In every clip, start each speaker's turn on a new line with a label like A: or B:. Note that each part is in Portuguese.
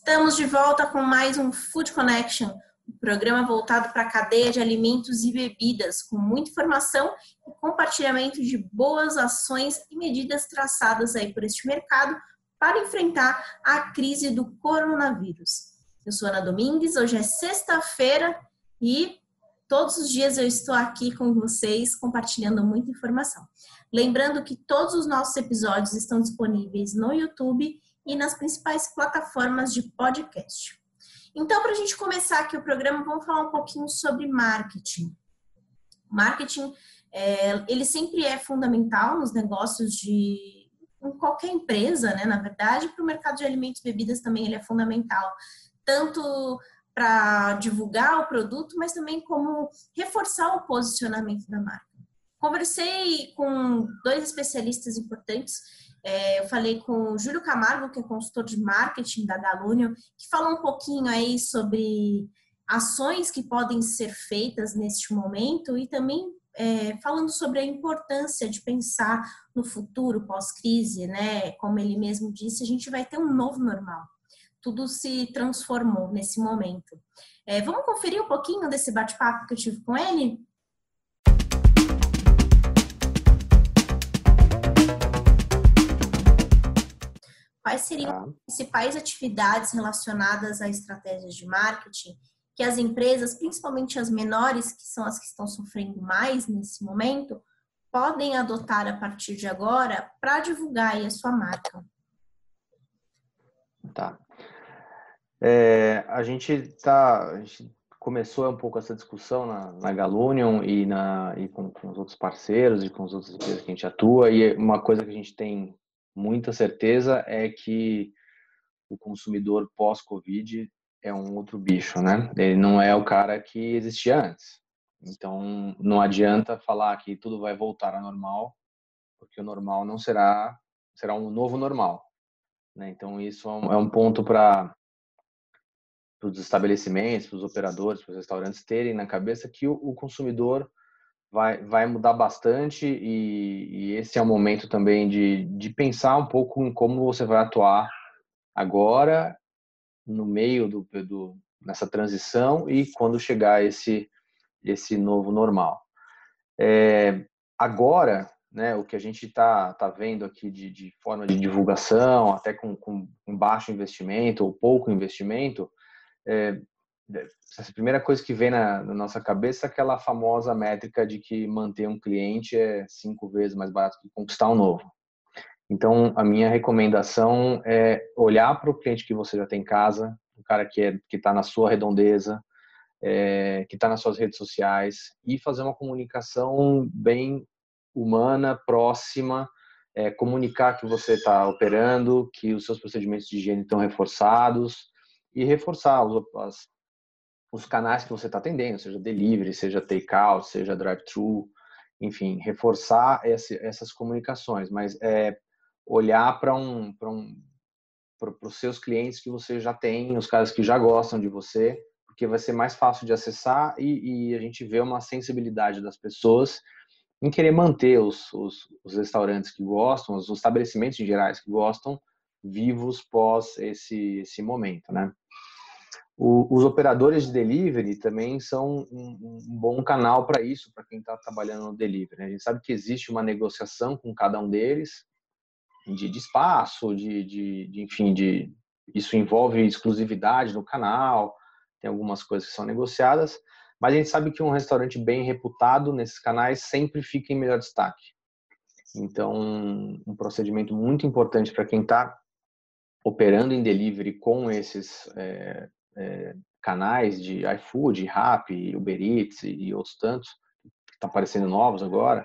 A: Estamos de volta com mais um Food Connection, um programa voltado para a cadeia de alimentos e bebidas, com muita informação e compartilhamento de boas ações e medidas traçadas aí por este mercado para enfrentar a crise do coronavírus. Eu sou Ana Domingues, hoje é sexta-feira e todos os dias eu estou aqui com vocês compartilhando muita informação. Lembrando que todos os nossos episódios estão disponíveis no YouTube e nas principais plataformas de podcast. Então, para a gente começar aqui o programa, vamos falar um pouquinho sobre marketing. Marketing, ele sempre é fundamental nos negócios de qualquer empresa, né? Na verdade, para o mercado de alimentos e bebidas também ele é fundamental. Tanto para divulgar o produto, mas também como reforçar o posicionamento da marca. Conversei com dois especialistas importantes. Eu falei com o Júlio Camargo, que é consultor de marketing da Galunion, que falou um pouquinho aí sobre ações que podem ser feitas neste momento e também falando sobre a importância de pensar no futuro pós-crise, né? Como ele mesmo disse, a gente vai ter um novo normal. Tudo se transformou nesse momento. Vamos conferir um pouquinho desse bate-papo que eu tive com ele? Quais seriam as principais atividades relacionadas a estratégias de marketing que as empresas, principalmente as menores, que são as que estão sofrendo mais nesse momento, podem adotar a partir de agora para divulgar aí a sua marca?
B: Tá. A gente começou um pouco essa discussão na Galunion e com os outros parceiros e com as outras empresas que a gente atua, e uma coisa que a gente tem muita certeza é que o consumidor pós-Covid é um outro bicho, né? Ele não é o cara que existia antes. Então, não adianta falar que tudo vai voltar ao normal, porque o normal não será um novo normal, né? Então, isso é um ponto para os estabelecimentos, para os operadores, para os restaurantes terem na cabeça que o consumidor vai mudar bastante e esse é o momento também de pensar um pouco em como você vai atuar agora, no meio nessa transição e quando chegar esse novo normal. Agora, né, o que a gente tá vendo aqui de forma de divulgação, até com baixo investimento ou pouco investimento, a primeira coisa que vem na nossa cabeça é aquela famosa métrica de que manter um cliente é 5 vezes mais barato que conquistar um novo. Então, a minha recomendação é olhar para o cliente que você já tem em casa, o cara que está na sua redondeza, que está nas suas redes sociais, e fazer uma comunicação bem humana, próxima, comunicar que você está operando, que os seus procedimentos de higiene estão reforçados, e reforçar os canais que você está atendendo, seja delivery, seja take-out, seja drive-thru, enfim, reforçar essas comunicações, mas olhar para os seus clientes que você já tem, os caras que já gostam de você, porque vai ser mais fácil de acessar e a gente vê uma sensibilidade das pessoas em querer manter os restaurantes que gostam, os estabelecimentos em gerais que gostam, vivos pós esse momento, né? Os operadores de delivery também são um bom canal para isso, para quem está trabalhando no delivery, né? A gente sabe que existe uma negociação com cada um deles, de espaço, enfim, isso envolve exclusividade no canal, tem algumas coisas que são negociadas, mas a gente sabe que um restaurante bem reputado nesses canais sempre fica em melhor destaque. Então, um procedimento muito importante para quem está operando em delivery com esses canais de iFood, Rappi, Uber Eats e outros tantos, que estão aparecendo novos agora,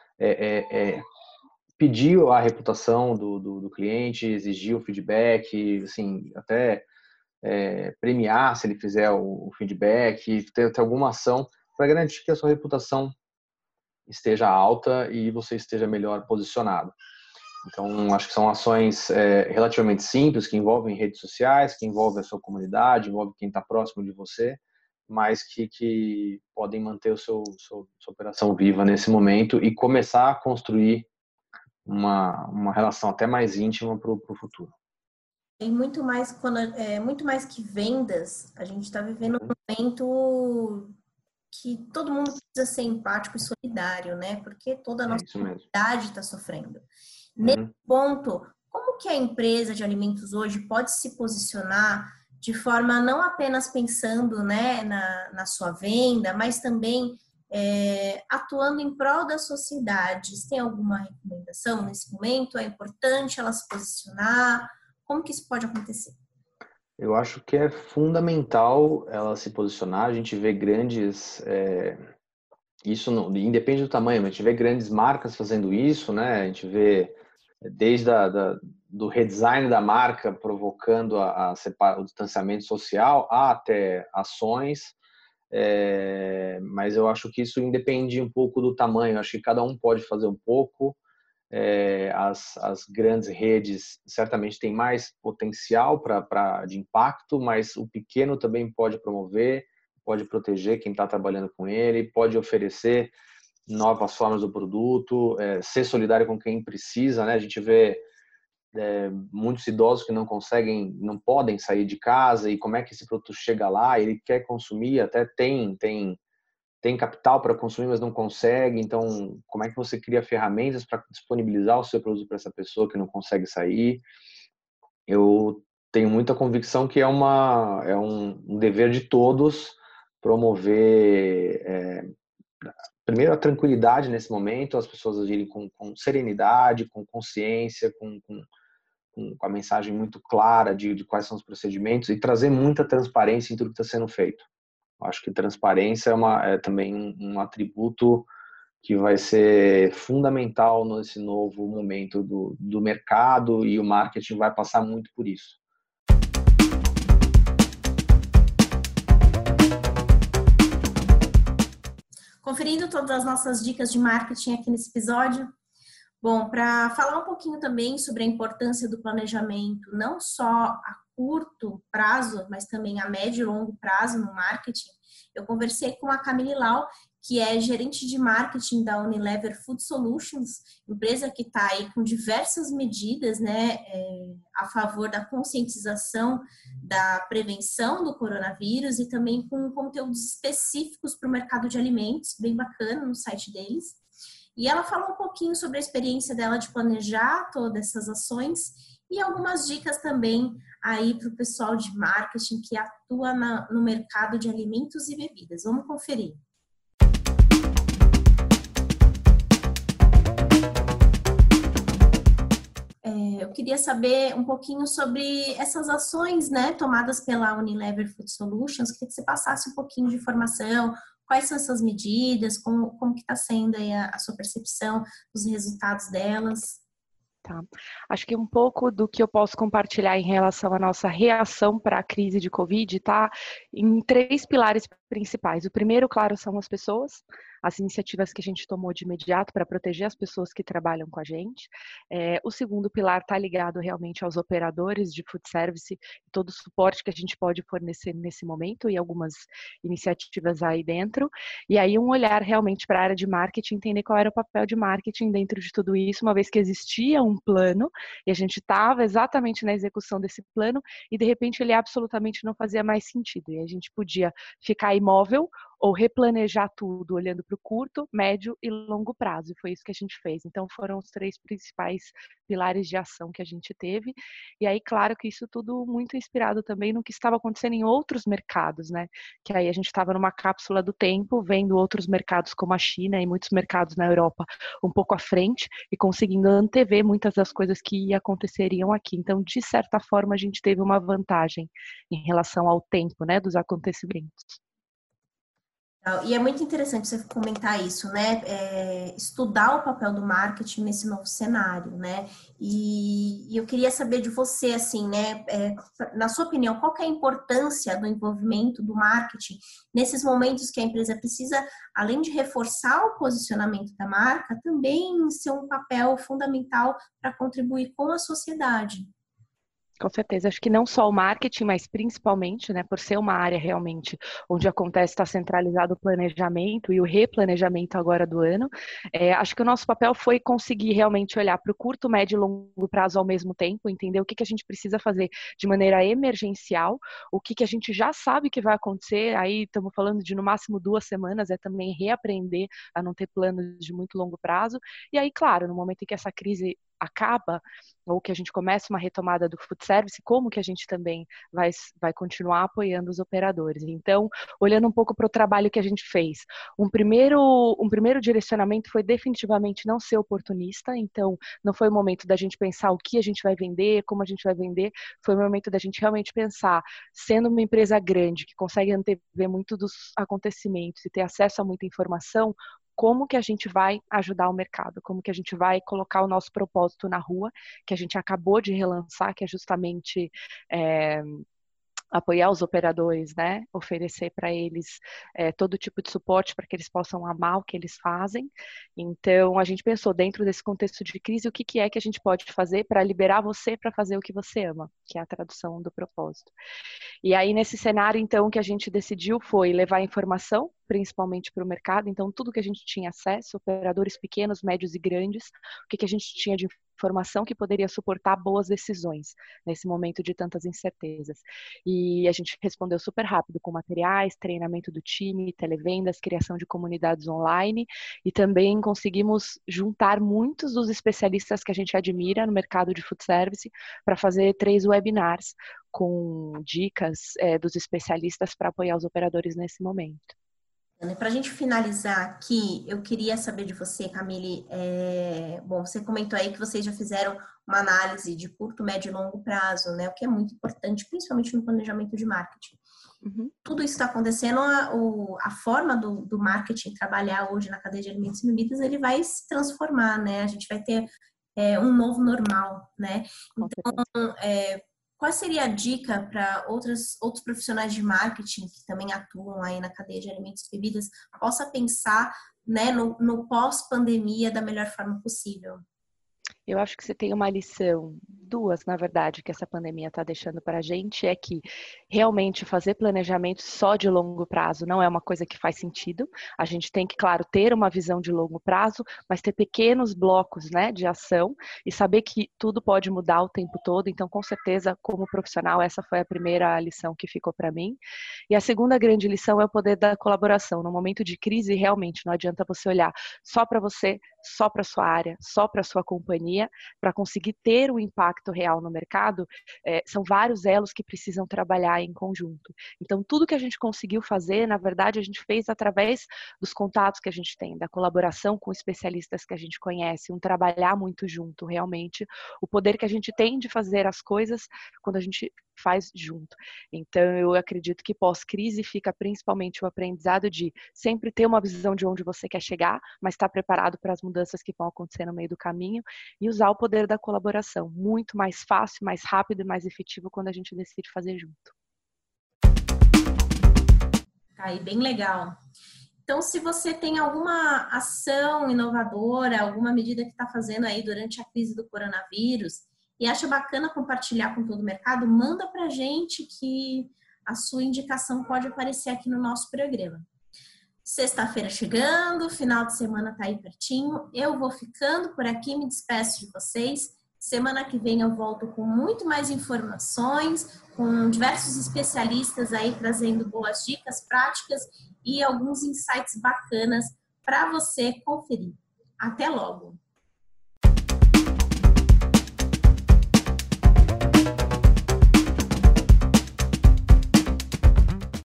B: pedir a reputação do cliente, exigir o feedback, assim, até premiar se ele fizer o feedback, ter alguma ação para garantir que a sua reputação esteja alta e você esteja melhor posicionado. Então, acho que são ações relativamente simples, que envolvem redes sociais, que envolvem a sua comunidade, envolvem quem está próximo de você, mas que podem manter sua operação viva nesse momento e começar a construir uma relação até mais íntima para o futuro.
A: E muito mais, muito mais que vendas, a gente está vivendo um momento que todo mundo precisa ser empático e solidário, né? Porque toda a nossa comunidade está sofrendo. Nesse ponto, como que a empresa de alimentos hoje pode se posicionar de forma não apenas pensando, né, na sua venda, mas também atuando em prol da sociedade? Tem alguma recomendação nesse momento? É importante ela se posicionar? Como que isso pode acontecer?
B: Eu acho que é fundamental ela se posicionar. A gente vê grandes, isso não, independe do tamanho, mas a gente vê grandes marcas fazendo isso, né? A gente vê desde do redesign da marca provocando o distanciamento social até ações, mas eu acho que isso independe um pouco do tamanho. Eu acho que cada um pode fazer um pouco. As grandes redes certamente têm mais potencial de impacto, mas o pequeno também pode promover, pode proteger quem está trabalhando com ele, pode oferecer novas formas do produto, ser solidário com quem precisa, né? A gente vê muitos idosos que não podem sair de casa, e como é que esse produto chega lá? Ele quer consumir, até tem capital para consumir, mas não consegue. Então, como é que você cria ferramentas para disponibilizar o seu produto para essa pessoa que não consegue sair? Eu tenho muita convicção que é um dever de todos promover, primeiro, a tranquilidade nesse momento, as pessoas agirem com serenidade, com consciência, com a mensagem muito clara de quais são os procedimentos, e trazer muita transparência em tudo que está sendo feito. Acho que transparência é também um atributo que vai ser fundamental nesse novo momento do mercado, e o marketing vai passar muito por isso.
A: Conferindo todas as nossas dicas de marketing aqui nesse episódio. Bom, para falar um pouquinho também sobre a importância do planejamento, não só a curto prazo, mas também a médio e longo prazo no marketing, eu conversei com a Camille Lau, que é gerente de marketing da Unilever Food Solutions, empresa que está aí com diversas medidas, né, a favor da conscientização da prevenção do coronavírus, e também com conteúdos específicos para o mercado de alimentos, bem bacana no site deles. E ela falou um pouquinho sobre a experiência dela de planejar todas essas ações e algumas dicas também aí para o pessoal de marketing que atua no mercado de alimentos e bebidas. Vamos conferir. Eu queria saber um pouquinho sobre essas ações, né, tomadas pela Unilever Food Solutions. Queria que você passasse um pouquinho de informação. Quais são essas medidas? Como que está sendo aí a sua percepção dos resultados delas?
C: Tá. Acho que um pouco do que eu posso compartilhar em relação à nossa reação para a crise de Covid está em 3 pilares principais. O primeiro, claro, são as pessoas, as iniciativas que a gente tomou de imediato para proteger as pessoas que trabalham com a gente. O segundo pilar está ligado realmente aos operadores de food service, todo o suporte que a gente pode fornecer nesse momento e algumas iniciativas aí dentro. E aí um olhar realmente para a área de marketing, entender qual era o papel de marketing dentro de tudo isso, uma vez que existia um plano e a gente estava exatamente na execução desse plano e de repente ele absolutamente não fazia mais sentido. E a gente podia ficar imóvel ou replanejar tudo, olhando para o curto, médio e longo prazo. E foi isso que a gente fez. Então, foram os 3 principais pilares de ação que a gente teve. E aí, claro que isso tudo muito inspirado também no que estava acontecendo em outros mercados, né? Que aí a gente estava numa cápsula do tempo, vendo outros mercados como a China e muitos mercados na Europa um pouco à frente e conseguindo antever muitas das coisas que aconteceriam aqui. Então, de certa forma, a gente teve uma vantagem em relação ao tempo, né, dos acontecimentos.
A: E é muito interessante você comentar isso, né? Estudar o papel do marketing nesse novo cenário, né? E eu queria saber de você, assim, né? Na sua opinião, qual que é a importância do envolvimento do marketing nesses momentos que a empresa precisa, além de reforçar o posicionamento da marca, também ser um papel fundamental para contribuir com a sociedade?
C: Com certeza, acho que não só o marketing, mas principalmente, né, por ser uma área realmente onde acontece, está centralizado o planejamento e o replanejamento agora do ano, acho que o nosso papel foi conseguir realmente olhar para o curto, médio e longo prazo ao mesmo tempo, entender o que a gente precisa fazer de maneira emergencial, o que a gente já sabe que vai acontecer, aí estamos falando de no máximo 2 semanas, é também reaprender a não ter planos de muito longo prazo, e aí, claro, no momento em que essa crise acaba, ou que a gente começa uma retomada do food service, como que a gente também vai continuar apoiando os operadores. Então, olhando um pouco para o trabalho que a gente fez, um primeiro direcionamento foi definitivamente não ser oportunista, então não foi o momento da gente pensar o que a gente vai vender, como a gente vai vender, foi o momento da gente realmente pensar, sendo uma empresa grande, que consegue antever muito dos acontecimentos e ter acesso a muita informação, como que a gente vai ajudar o mercado, como que a gente vai colocar o nosso propósito na rua, que a gente acabou de relançar, que é justamente apoiar os operadores, né? Oferecer para eles todo tipo de suporte para que eles possam amar o que eles fazem. Então, a gente pensou, dentro desse contexto de crise, o que é que a gente pode fazer para liberar você para fazer o que você ama, que é a tradução do propósito. E aí, nesse cenário, então, o que a gente decidiu foi levar informação, principalmente para o mercado. Então, tudo que a gente tinha acesso, operadores pequenos, médios e grandes, o que a gente tinha de informação que poderia suportar boas decisões nesse momento de tantas incertezas. E a gente respondeu super rápido com materiais, treinamento do time, televendas, criação de comunidades online e também conseguimos juntar muitos dos especialistas que a gente admira no mercado de food service para fazer 3 webinars com dicas dos especialistas para apoiar os operadores nesse momento.
A: Para a gente finalizar aqui, eu queria saber de você, Camille, bom, você comentou aí que vocês já fizeram uma análise de curto, médio e longo prazo, né? O que é muito importante, principalmente no planejamento de marketing. Uhum. Tudo isso está acontecendo, a forma do marketing trabalhar hoje na cadeia de alimentos e bebidas, ele vai se transformar, né? A gente vai ter um novo normal, né? Então, qual seria a dica para outros profissionais de marketing que também atuam aí na cadeia de alimentos e bebidas, possa pensar, né, no pós-pandemia da melhor forma possível?
C: Eu acho que você tem uma lição, 2, na verdade, que essa pandemia está deixando para a gente, é que realmente fazer planejamento só de longo prazo não é uma coisa que faz sentido. A gente tem que, claro, ter uma visão de longo prazo, mas ter pequenos blocos, né, de ação e saber que tudo pode mudar o tempo todo. Então, com certeza, como profissional, essa foi a primeira lição que ficou para mim. E a segunda grande lição é o poder da colaboração. No momento de crise, realmente, não adianta você olhar só para você, só para sua área, só para sua companhia, para conseguir ter o impacto real no mercado, são vários elos que precisam trabalhar em conjunto. Então, tudo que a gente conseguiu fazer, na verdade, a gente fez através dos contatos que a gente tem, da colaboração com especialistas que a gente conhece, trabalhar muito junto, realmente, o poder que a gente tem de fazer as coisas quando a gente faz junto. Então, eu acredito que pós-crise fica principalmente o aprendizado de sempre ter uma visão de onde você quer chegar, mas estar preparado para as mudanças que vão acontecer no meio do caminho e usar o poder da colaboração. Muito mais fácil, mais rápido e mais efetivo quando a gente decide fazer junto.
A: Tá aí, bem legal. Então, se você tem alguma ação inovadora, alguma medida que está fazendo aí durante a crise do coronavírus e acha bacana compartilhar com todo o mercado, manda para a gente que a sua indicação pode aparecer aqui no nosso programa. Sexta-feira chegando, final de semana tá aí pertinho. Eu vou ficando por aqui, me despeço de vocês. Semana que vem eu volto com muito mais informações, com diversos especialistas aí trazendo boas dicas práticas e alguns insights bacanas para você conferir. Até logo!